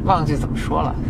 忘记怎么说了。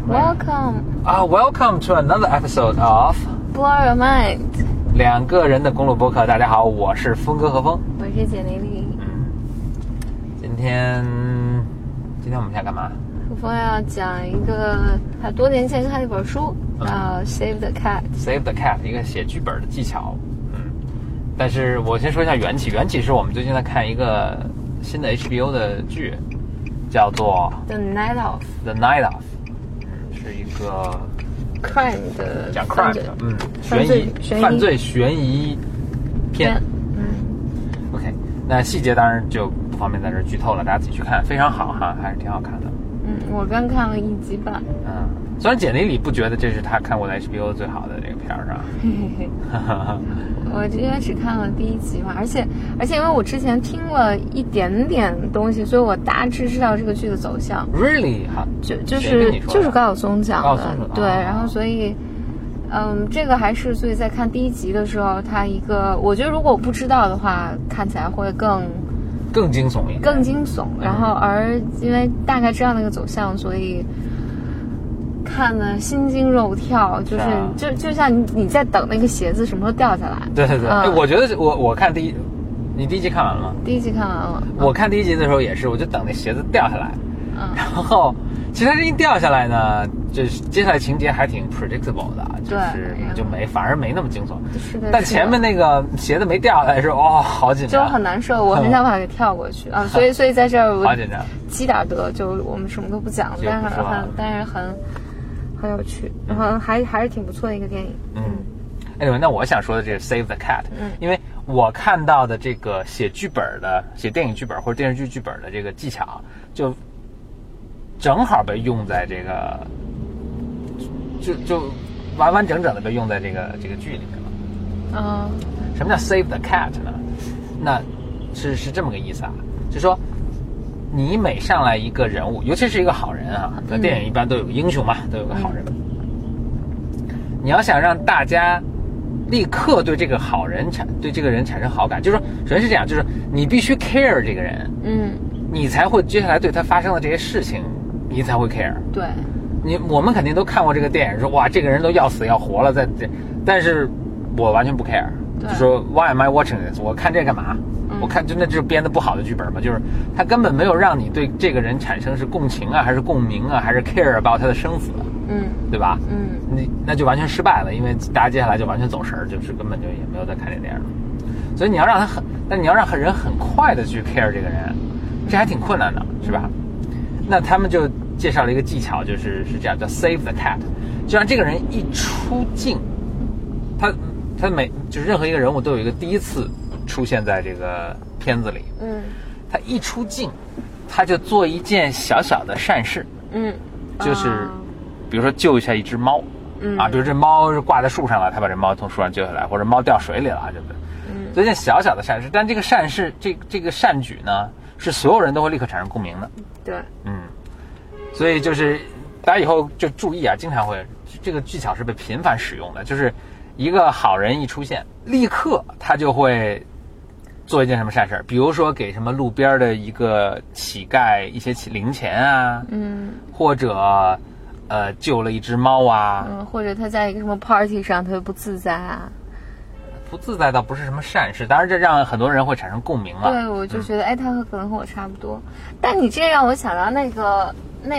Welcome to another episode of Blow Your Mind。 两个人的公路播客。大家好，我是峰哥何峰， 我是简丽丽。 今天我们想干嘛？ 何峰要讲一个他多年前看的一本书，叫《Save the Cat》。 Save the Cat， 一个写剧本的技巧。但是我先说一下缘起。缘起是我们最近在看一个新的 HBO 的剧，叫做 The Night Of， 是一个 crime 的， 讲 crime 的，犯罪悬疑片。OK， 那细节当然就不方便在这儿剧透了，大家自己去看，非常好哈，还是挺好看的。 我刚看了1集版。 虽然简历里不觉得这是他看过的 HBO 最好的这个片儿，是吧？ 我因为只看了第1集嘛，而且因为我之前听了一点点东西，所以我大致知道这个剧的走向。 Really？ 就是高晓松讲的，对，然后所以，这个还是所以在看第1集的时候，它一个我觉得如果我不知道的话，看起来会更惊悚一点， 更惊悚。然后而因为大概知道那个走向，所以看得心惊肉跳，就是就像你在等那个鞋子什么时候掉下来。 对对对，我觉得我看你第1集看完了吗？ 第1集看完了。 我看第1集的时候也是，我就等那鞋子掉下来。然后其实它这一掉下来呢，就是接下来情节还挺 predictable 的，就是反而没那么惊悚。 是的。 但前面那个鞋子没掉下来的时候，好紧张， 就很难受，我很想把它给跳过去啊。所以在这儿好紧张， 积点德，就我们什么都不讲了，但是很有趣，然后还是挺不错的一个电影。 anyway， 那我想说的这个 Save the Cat，因为我看到的这个写电影剧本或者电视剧剧本的这个技巧，就正好被用在这个，就完完整整的被用在这个剧里面了。什么叫 Save the Cat 呢？那是这么个意思啊，就是说你每上来一个人物，尤其是一个好人啊，那电影一般都有个英雄嘛，都有个好人。你要想让大家立刻对这个好人对这个人产生好感，就是说首先是这样，就是你必须 care 这个人，你才会接下来对他发生的这些事情，你才会 care。 对，我们肯定都看过这个电影，说哇这个人都要死要活了，但是我完全不 care， 就说 Why am I watching this？ 我看这干嘛？我看真的就是编的不好的剧本嘛，就是他根本没有让你对这个人产生是共情啊，还是共鸣啊，还是 care about 他的生死，对吧？那就完全失败了，因为大家接下来就完全走神，就是根本就也没有再看这电影了。所以你要让人很快的去 care 这个人，这还挺困难的，是吧？那他们就介绍了一个技巧，是这样，叫 Save the Cat， 就让这个人一出镜，他就是任何一个人物都有一个第一次出现在这个片子里，他一出镜，他就做一件小小的善事，就是比如说救一下一只猫，比如这猫是挂在树上了，他把这猫从树上救下来，或者猫掉水里了，对不对？做一件小小的善事，但这个善事，这个善举呢，是所有人都会立刻产生共鸣的。 对， 所以就是大家以后就注意啊，经常会这个技巧是被频繁使用的，就是一个好人一出现，立刻他就会做一件什么善事，比如说给什么路边的一个乞丐一些零钱啊，或者救了一只猫啊， 或者他在一个什么 party 上特别不自在啊。 不自在倒不是什么善事，当然这让很多人会产生共鸣了。 对，我就觉得他可能和我差不多。但你这让我想到那个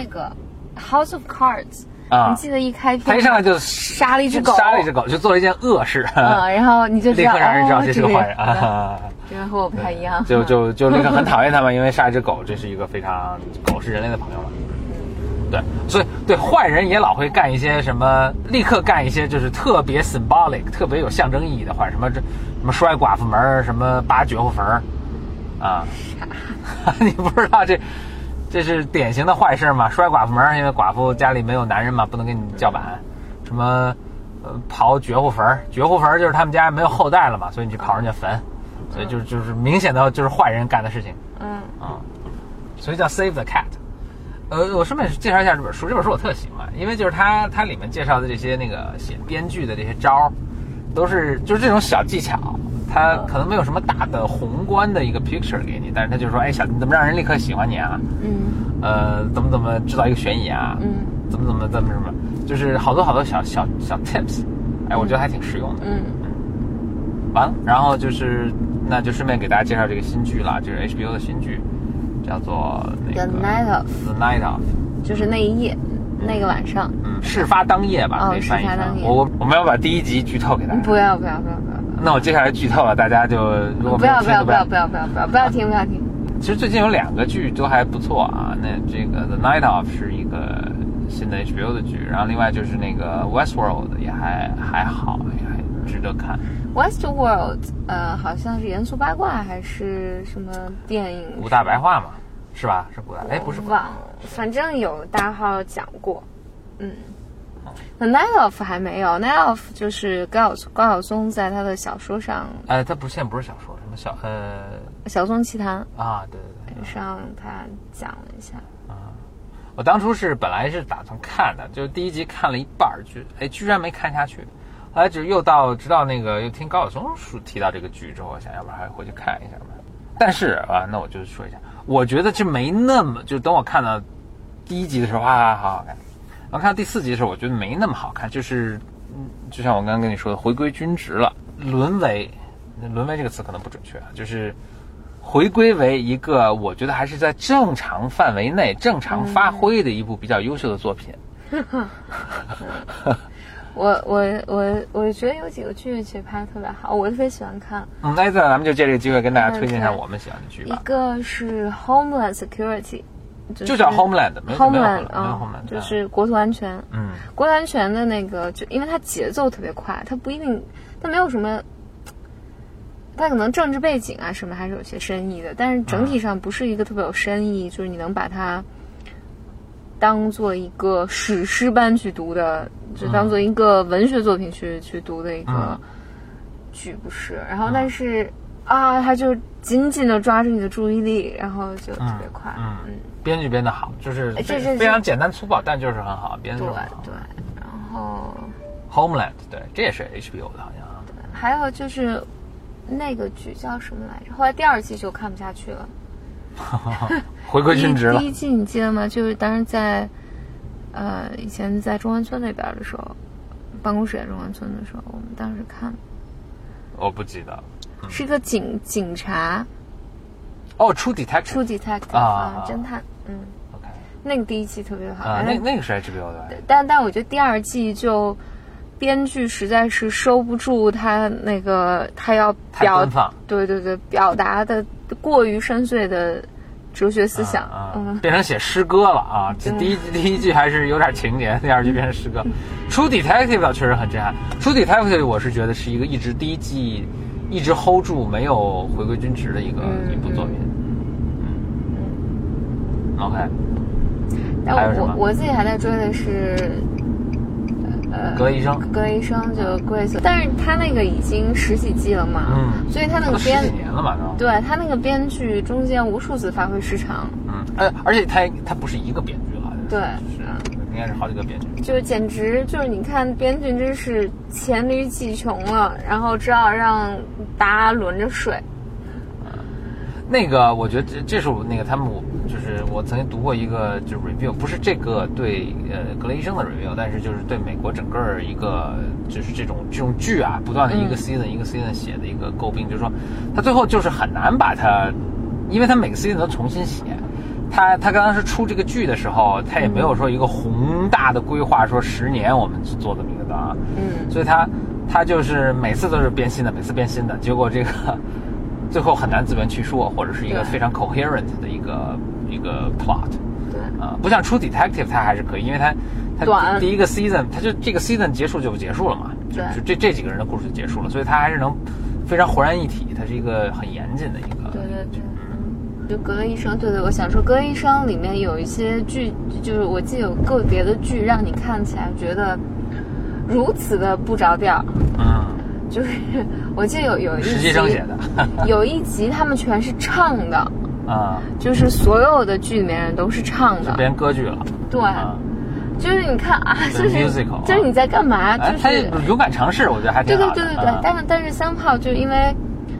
House of Cards，你记得一开篇他一上来就杀了一只狗， 就做了一件恶事， 然后你就知道立刻让人知道这是个坏人啊。 这个和我不太一样， 就立刻很讨厌他们，因为杀一只狗，这是一个狗是人类的朋友嘛。对，所以对坏人也老会干一些什么，立刻干一些就是特别 symbolic、特别有象征意义的坏，什么摔寡妇门，什么扒绝户坟，你不知道这是典型的坏事嘛？摔寡妇门，因为寡妇家里没有男人嘛，不能给你叫板。什么刨绝户坟就是他们家没有后代了嘛，所以你去刨人家坟，所以就是明显的就是坏人干的事情。所以叫 Save the Cat。我顺便介绍一下这本书我特喜欢，因为就是它里面介绍的这些那个写编剧的这些招，都是就是这种小技巧， 他可能没有什么大的宏观的一个 picture 给你，但是他就说，哎，你怎么让人立刻喜欢你啊？怎么制造一个悬疑啊？怎么，就是好多小 tips， 哎，我觉得还挺实用的。完了，然后那就顺便给大家介绍这个新剧了，就是 HBO 的新剧，叫做那个 The Night of， 就是那一夜，那个晚上。 事发当夜吧，可以翻译成。我们要把第1集剧透给大家。 不要。 那我接下来剧透了，大家就如果不要听。 其实最近有2个剧都还不错啊，那这个 The Night of 是一个新的 HBO 的剧，然后另外就是那个 Westworld 也还好，也还值得看。 Westworld 好像是严肃八卦还是什么电影？ 古大白话嘛，是吧？是古大，不是。 忘了，反正有大号讲过。The Night of 还没有 ，Night of 就是高晓松在他的小说上， 他现在不是小说，什么小松奇谈啊，对， 上他讲了一下。 我当初本来是打算看的，就是第1集看了一半，居然没看下去。后来直到那个又听高晓松提到这个剧之后，我想要不然还回去看一下吧。但是那我就说一下，我觉得就没那么，就等我看到第1集的时候好看。然后看到第4集的时候，我觉得没那么好看，就像我刚刚跟你说的，回归均值了，沦为这个词可能不准确啊，就是回归为一个我觉得还是在正常范围内正常发挥的一部比较优秀的作品。 我觉得有几个剧其实拍得特别好，我特别喜欢看。 那咱们就借这个机会跟大家推荐一下我们喜欢的剧吧。 一个是 Homeland Security。 就叫 Homeland， 没有 Homeland， 就是国土安全。国土安全的那个，就因为它节奏特别快，它不一定，它没有什么，它可能政治背景啊什么还是有些深意的，但是整体上不是一个特别有深意，就是你能把它当做一个史诗般去读的，就当做一个文学作品去读的一个剧，不是。然后但是它就紧紧的抓住你的注意力，然后就特别快。 编剧编得好，就是非常简单粗暴，但就是很好编的。 对，然后 Homeland， 对，这也是 HBO 的，好像。 对，还有就是那个剧叫什么来着？后来第2季就看不下去了， 回归均值了。 第1季你记得吗？就是当时在以前在中关村那边的时候，办公室在中关村的时候，我们当时看。 我不记得。 是一个警察。 True Detective 侦探。 OK， 那个第1季特别好。 那个是 HBO 的。 但我觉得第2季就编剧实在是收不住他那个他要表达的过于深邃的哲学思想， 变成写诗歌了啊！第一季还是有点情节，第2季变成诗歌。True Detective 倒确实很震撼。True Detective 我是觉得是一个第1季一直 hold 住没有回归均值的一部作品。OK。 但我自己还在追的是格雷医生就 Grace， 但是他那个已经10几季了嘛，所以他那个 10几年了嘛， 对，他那个编剧中间无数次发挥失常， 而且他不是一个编剧了， 对， 应该是好几个编剧， 就简直就是你看编剧真是黔驴技穷了，然后只好让大家轮着睡。 那个我觉得这是那个他们就是我曾经读过一个就是 review， 不是这个对格雷医生的 review， 但是就是对美国整个一个就是这种剧啊，不断的一个 season 一个 season 写的一个诟病，就是说他最后就是很难把它，因为他每个 season 都重新写。他刚刚是出这个剧的时候，他也没有说一个宏大的规划，说10年我们去做这么一个档，所以他就是每次都是编新的，每次编新的，结果这个最后很难自圆其说，或者是一个非常 coherent 的一个 plot。对，不像 True Detective 它还是可以，因为它第一个 season 它就这个 season 结束就结束了嘛，就这几个人的故事就结束了，所以它还是能非常浑然一体，它是一个很严谨的一个。 对。就格雷医生，对，我想说格雷医生里面有一些剧，就是我记得有个别的剧让你看起来觉得如此的不着调。就是我记得有一集实习生写的， 有一集他们全是唱的就是所有的剧里面人都是唱的， 就变歌剧了。 对，就是你看就是 musical， 就是你在干嘛？就是他勇敢尝试，我觉得还挺好的。 对，但是三炮就因为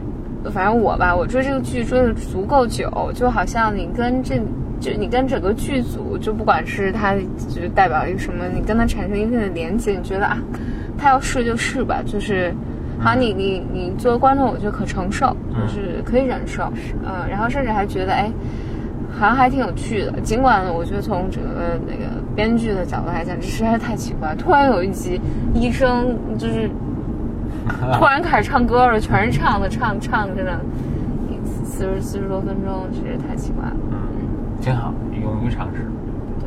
反正我吧，我追这个剧追的足够久，就好像你跟整个剧组，就不管是它就是代表一个什么，你跟它产生一定的连接，你觉得啊，他要试就试吧，就是好像你作为观众，我觉得可承受，就是可以忍受，然后甚至还觉得哎，好像还挺有趣的。尽管我觉得从整个那个编剧的角度来讲，这实在是太奇怪，突然有一集医生就是突然开始唱歌了，全是唱真的40多分钟，实在太奇怪了。 挺好，勇于尝试。 对，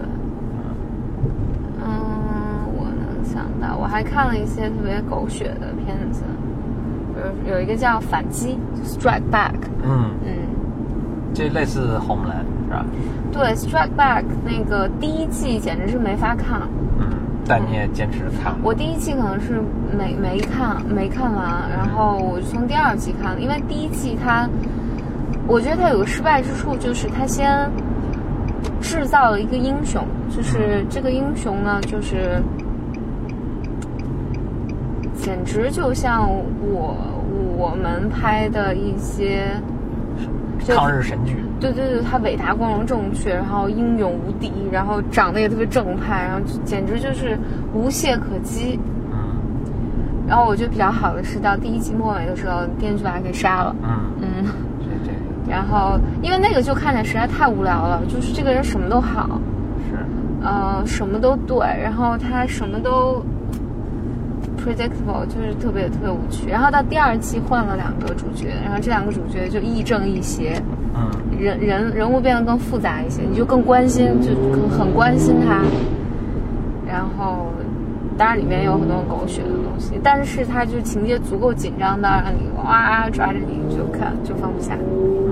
我能想到，我还看了一些特别狗血的片子，有一个叫《反击》（Strike Back）。 这类似《Homeland》是吧？ 对，《Strike Back》那个第一季简直是没法看。 但你也坚持看了。 我第一季可能是没看完，然后我就从第二季看了，因为第一季我觉得它有个失败之处，就是它先制造了一个英雄，就是这个英雄呢，就是简直就像我们拍的一些抗日神剧。 对，他伟大光荣正确，然后英勇无敌，然后长得也特别正派，然后简直就是无懈可击。然后我觉得比较好的是到第一季末尾的时候，编剧把他给杀了。然后因为那个就看起来实在太无聊了，就是这个人什么都好，什么都对，然后他什么都 predictable， 就是特别特别无趣。然后到第二季换了2个主角，然后这2个主角就亦正亦邪，人物变得更复杂一些，你就更关心，就很关心他。然后当然里面有很多狗血的东西，但是它就情节足够紧张到让你哇抓着你就看就放不下。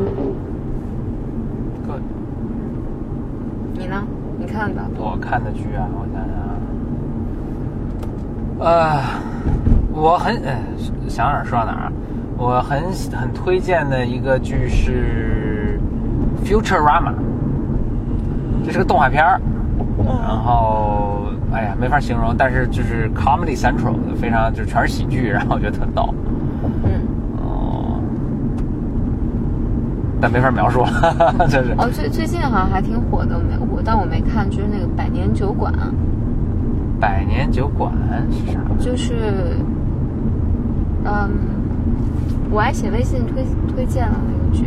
你呢？你看的？ 我看的剧啊，我想想，我很想哪儿说到哪儿。我很推荐的一个剧是《Futurama》，这是个动画片儿，然后哎呀没法形容，但是就是 Comedy Central 的，非常就全是喜剧，然后我觉得特逗。但没法描述了，就是最近好像还挺火的，但我没看，就是那个百年酒馆。 百年酒馆是啥？ 就是我还写微信推荐了那个剧。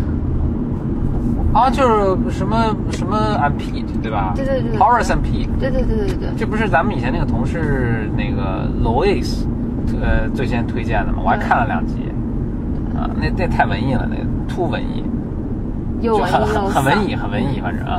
就是什么 Pete 对吧？ 对 Horace and Pete。 对。 这不是咱们以前那个同事那个 Louis 最先推荐的吗？我还看了2集。那太文艺了，那个突文艺， 又文艺很文艺，反正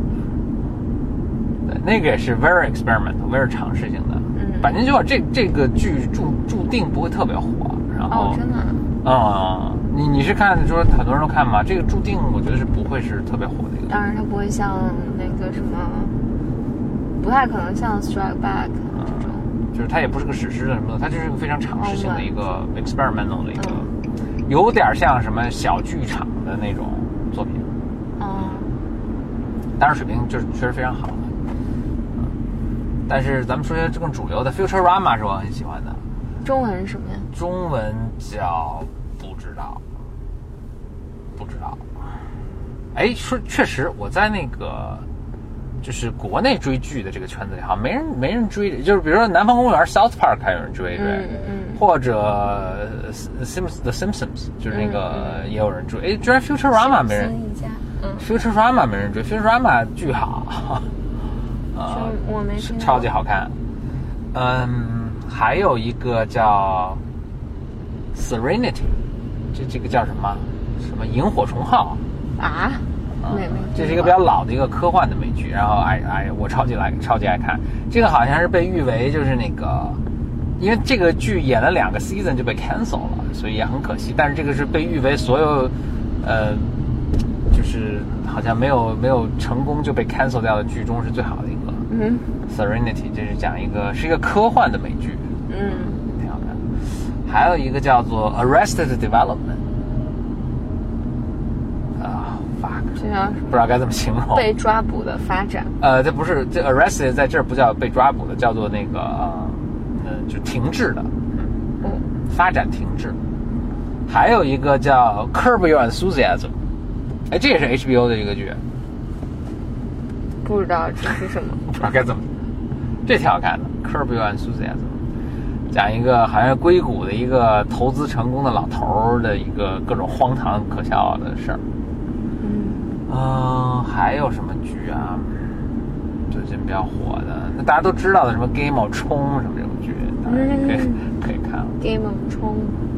对，那个也是 very experimental，very 尝试性的。百年酒馆这个剧注定不会特别火，然后真的。 你是看说很多人都看吗？这个注定我觉得是不会是特别火的一个。 当然它不会像那个什么，不太可能像 Strike Back 这种， 就是它也不是个史诗的什么的，它就是一个非常尝试性的一个 experimental 的一个。有点像什么小剧场的那种作品，当然水平就是确实非常好的。但是咱们说些更主流的 Futurama 是我很喜欢的。 中文是什么呀？ 中文叫不知道。说确实我在那个就是国内追剧的这个圈子里，好像没人追，就是比如说南方公园 South Park 还有人追，或者 The Simpsons 就是那个也有人追，居然 Futurama 没人，Futurama 没人追 ，Futurama 巨好， 我没听过， 超级好看。还有一个叫 Serenity， 这个叫什么萤火虫号啊？没， 这是一个比较老的一个科幻的美剧，然后我超级爱看。这个好像是被誉为就是那个，因为这个剧演了2个 season 就被 cancel 了，所以也很可惜。但是这个是被誉为所有就是好像没有成功就被 cancel 掉的剧中是最好的一个。Serenity 这是讲是一个科幻的美剧，挺好看。还有一个叫做 Arrested Development。不知道该怎么形容。 被抓捕的发展。 这不是这 arrested 在这儿不叫被抓捕的，叫做那个就停滞的，发展停滞。 还有一个叫 Curb Your Enthusiasm， 哎，这也是 HBO 的一个剧。 不知道这是什么， 不知道该怎么。这挺好看的 ，Curb Your Enthusiasm， 讲一个好像是硅谷的一个投资成功的老头的一个各种荒唐可笑的事儿。还有什么剧啊？最近比较火的，那大家都知道的什么 Game of 冲什么这种剧，当然可以看了。 Game of 冲。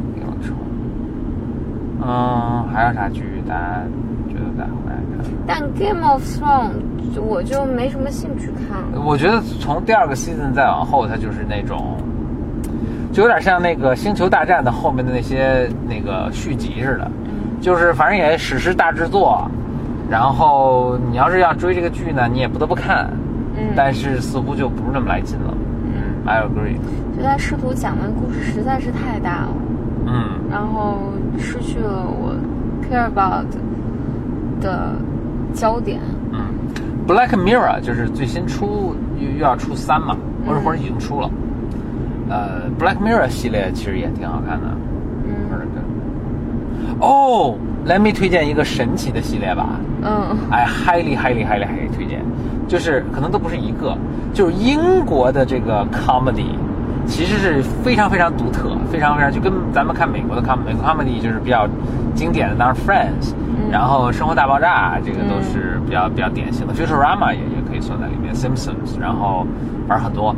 还有啥剧大家觉得大家会爱看？ 但 Game of Thrones 我就没什么兴趣看了。 我觉得从第2个 season 再往后，它就是那种，就有点像那个星球大战的后面的那些那个续集似的，就是反正也史诗大制作，然后你要是要追这个剧呢，你也不得不看，但是似乎就不是那么来劲了。I agree。 就他试图讲的故事实在是太大了。然后失去了我 care about 的焦点。 Black Mirror 就是最新出又要出3嘛，或者已经出了。Black Mirror 系列其实也挺好看的。Let me 推荐一个神奇的系列吧。highly 推荐，就是可能都不是一个，就是英国的这个 comedy。其实是非常非常独特，非常非常就跟咱们看美国 comedy 就是比较经典的，当然 Friends，然后生活大爆炸这个都是比较典型的 ，Futurama 也可以算在里面 ，Simpsons， 然后反正很多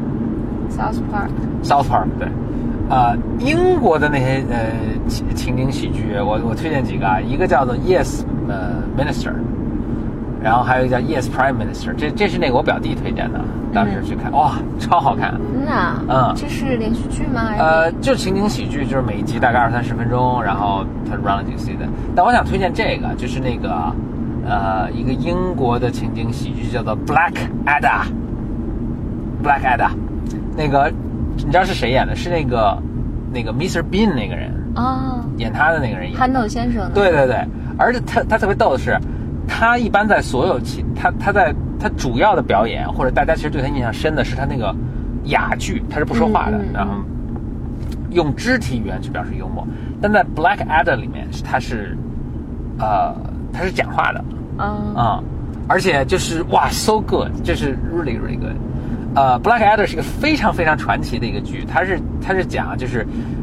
South Park 对，英国的那些情景喜剧，我推荐几个啊，一个叫做 Yes Minister。然后还有一个叫 Yes Prime Minister， 这是那个我表弟推荐的，当时去看，哇，超好看。这是连续剧吗？ 就是情景喜剧，就是每一集大概20-30分钟，然后它 run 了几个 season。但我想推荐这个，就是那个一个英国的情景喜剧叫做 Black Adder。Black Adder， 那个你知道是谁演的？是那个 Mr. Bean 那个人演他的那个人演憨豆先生的。 对，而且他特别逗的是。他一般在所有他主要的表演，或者大家其实对他印象深的是他那个哑剧，他是不说话的，然后用肢体语言去表示幽默。但在 Black Adder 里面，他是讲话的，而且就是哇 so good， 就是 really good。Black Adder 是一个非常非常传奇的一个剧，他是讲就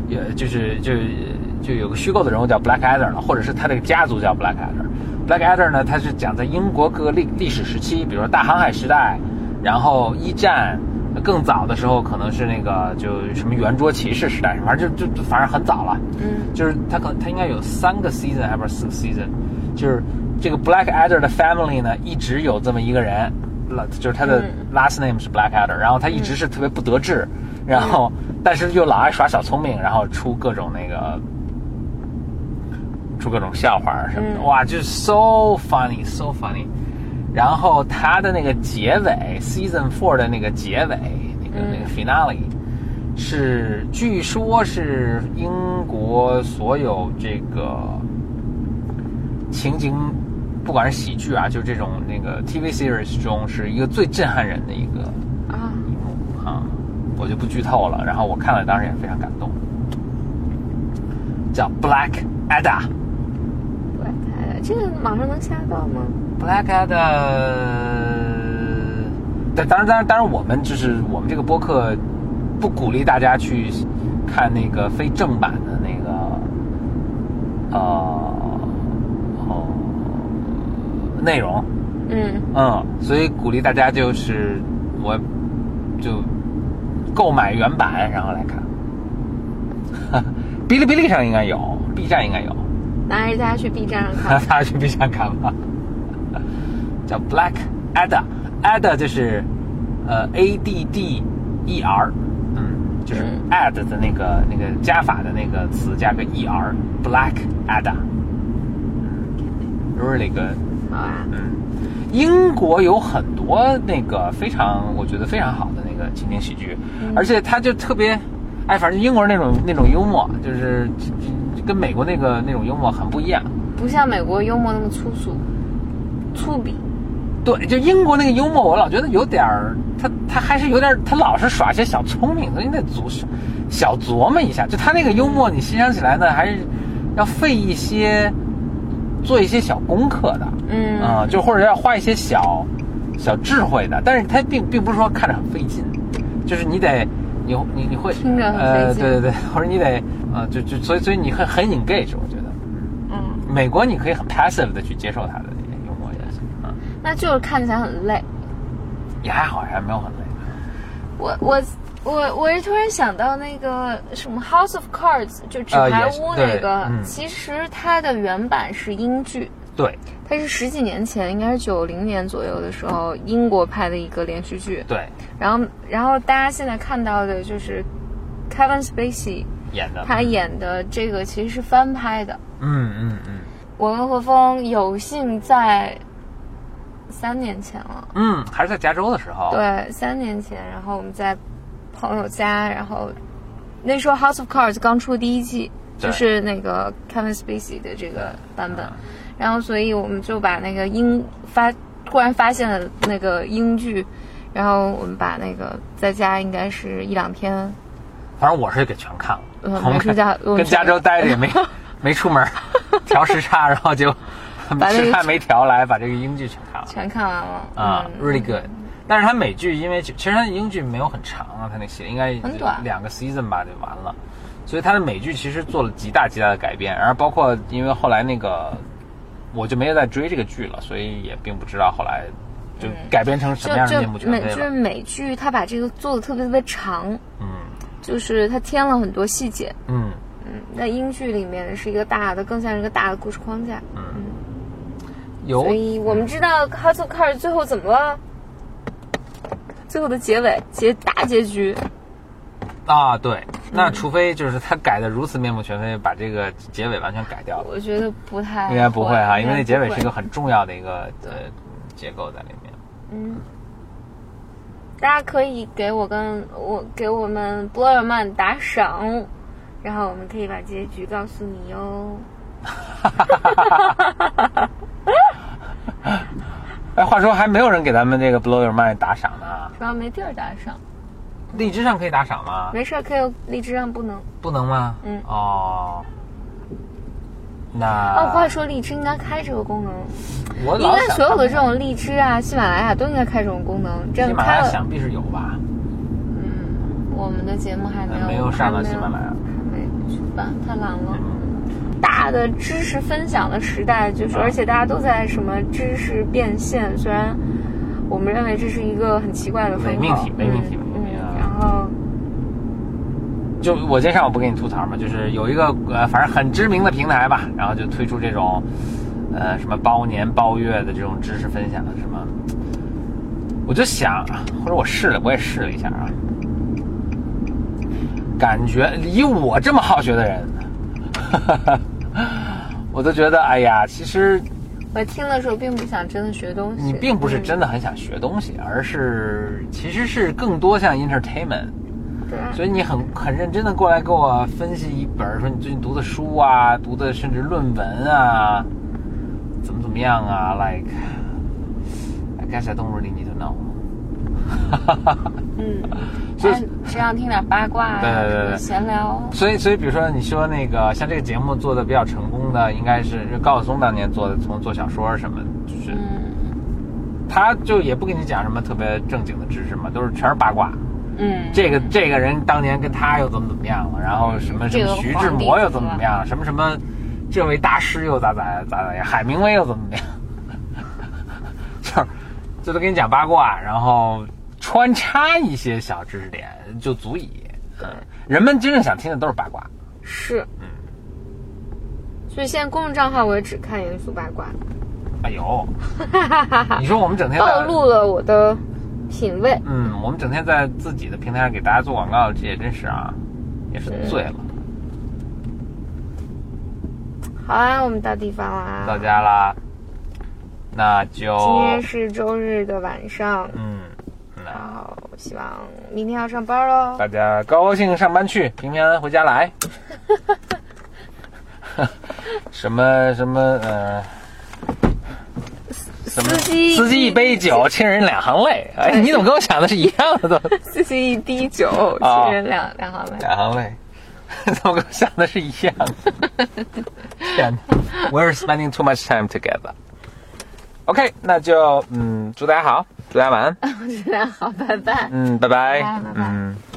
有个虚构的人物叫 Black Adder 了，或者是他这个家族叫 Black Adder。Black Adder 呢，它是讲在英国各个历史时期，比如说大航海时代，然后1战，更早的时候可能是那个就什么圆桌骑士时代，反正就反正很早了。就是它应该有3个 season 还不是4个 season， 就是这个 Black Adder 的 family 呢一直有这么一个人，就是他的 last name 是 Black Adder， 然后他一直是特别不得志，然后但是又老爱耍小聪明，然后出各种笑话什么的，哇，就是 so funny。然后他的那个结尾 season 4的那个结尾，那个 finale 是据说是英国所有这个情景，不管是喜剧啊，就这种那个 TV series 中是一个最震撼人的一个一幕我就不剧透了。然后我看了，当时也非常感动，叫 Black Adder。 这个网上能下到吗 ？Black Adder， 当然，我们这个播客不鼓励大家去看那个非正版的那个内容。所以鼓励大家就是购买原版然后来看。哔哩哔哩上应该有，B 站应该有。 那还是大家去 B 站上看。 大家去 B 站看吧。叫 Black Adder， 就是ADDER， 就是 add 的那个加法的那个词加个 ER，Black Adder。really good。 好啊。 英国有很多那个我觉得非常好的那个情景喜剧，而且它就特别，反正英国人那种幽默，就是跟美国那种幽默很不一样， 不像美国幽默那么粗鄙。 对，就英国那个幽默，我老觉得有点他还是有点，他老是耍些小聪明，所以得小琢磨一下。就他那个幽默，你欣赏起来呢，还是要费一些做一些小功课的，就或者要花一些小智慧的，但是它并不是说看着很费劲，就是你得你会听着很费劲， 对，或者你得所以你很 engage， 我觉得，美国你可以很 passive 的去接受它的那些幽默元素， 那就是看起来很累， 也还好，还没有很累。 我是突然想到那个什么 House of Cards， 就纸牌屋那个，其实它的原版是英剧， 对， 它是10几年前，应该是90年左右的时候，英国拍的一个连续剧， 对， 然后大家现在看到的就是 Kevin Spacey 演的， 他演的这个其实是翻拍的，我跟何峰有幸在3年前了， 还是在加州的时候， 对，3年前，然后我们在朋友家，然后那时候 House of Cards 刚出第1季，就是那个 Kevin Spacey 的这个版本，然后所以我们就把那个突然发现了那个英剧，然后我们把那个在家应该是1-2天， 反正我是给全看了，跟加州待着也没出门，调时差，然后就时差没调来，把这个英剧全看完了 really good。但是它美剧，因为其实它的英剧没有很长啊，它那系列应该很短 ，2个 season 吧就完了，所以它的美剧其实做了极大的改变，然后包括因为后来那个我就没有再追这个剧了，所以也并不知道后来就改编成什么样的面目全非了。 就是美剧它把这个做的特别长，就是它添了很多细节，在英剧里面是一个更像一个大的故事框架，所以我们知道 House of Cards 最后怎么了。最后的大结局对，那除非就是他改的如此面目全非，把这个结尾完全改掉了， 我觉得不太应该不会哈，因为那结尾是一个很重要的一个结构在里面。 大家可以给我们 Blow Your Mind 打赏，然后我们可以把结局告诉你哟。 哎，话说还没有人给咱们这个 Blow Your Mind 打赏呢， 主要没地儿打赏。 荔枝上可以打赏吗？ 没事，可以，荔枝上不能。 不能吗？那话说荔枝应该开这个功能， 应该所有的这种荔枝啊、喜马拉雅都应该开这种功能，这样开了。 喜马拉雅想必是有吧？ 我们的节目还没有上到喜马拉雅， 没去办，太懒了。大的知识分享的时代，就是而且大家都在什么知识变现，虽然我们认为这是一个很奇怪的风口，没命题。 然后就我今天上午不给你吐槽嘛，就是有一个反正很知名的平台吧，然后就推出这种什么包年包月的这种知识分享什么，我就想，或者我也试了一下啊，感觉以我这么好学的人。我都觉得，哎呀，其实我听的时候并不想真的学东西。 你并不是真的很想学东西，而是其实是更多像 entertainment。 对。 所以你很認真的过来给我分析一本，说你最近读的书啊，读的甚至论文啊，怎么样啊 ？Like, I guess I don't really need to know. 所以只想听点八卦，对，闲聊。 所以比如说你说那个像这个节目做的比较成功的，应该是高晓松当年做的，从做小说什么，就是他就也不跟你讲什么特别正经的知识嘛，都是全是八卦。这个人当年跟他又怎么样了，然后什么徐志摩又怎么样，什么这位大师又咋样，海明威又怎么样，就都给你讲八卦，然后穿插一些小知识点就足以。人们真正想听的都是八卦。 是。所以现在公众账号我也只看严肃八卦。 哎呦，你说我们整天暴露了我的品味。 我们整天在自己的平台上给大家做广告，这也真是啊，也是醉了。 好啊，我们到地方啦， 到家啦。那就今天是周日的晚上，然后希望明天要上班咯， 大家高兴上班去，平平安安回家来。什么司机一杯酒，亲人两行泪。哎，你怎么跟我想的是一样的都？ 司机一滴酒，亲人两行泪。 两行泪。 怎么跟我想的是一样的？天哪 ，We're spending too much time together. OK， 那就祝大家好，祝大家晚安。 祝大家好，拜拜。 拜拜。 拜拜。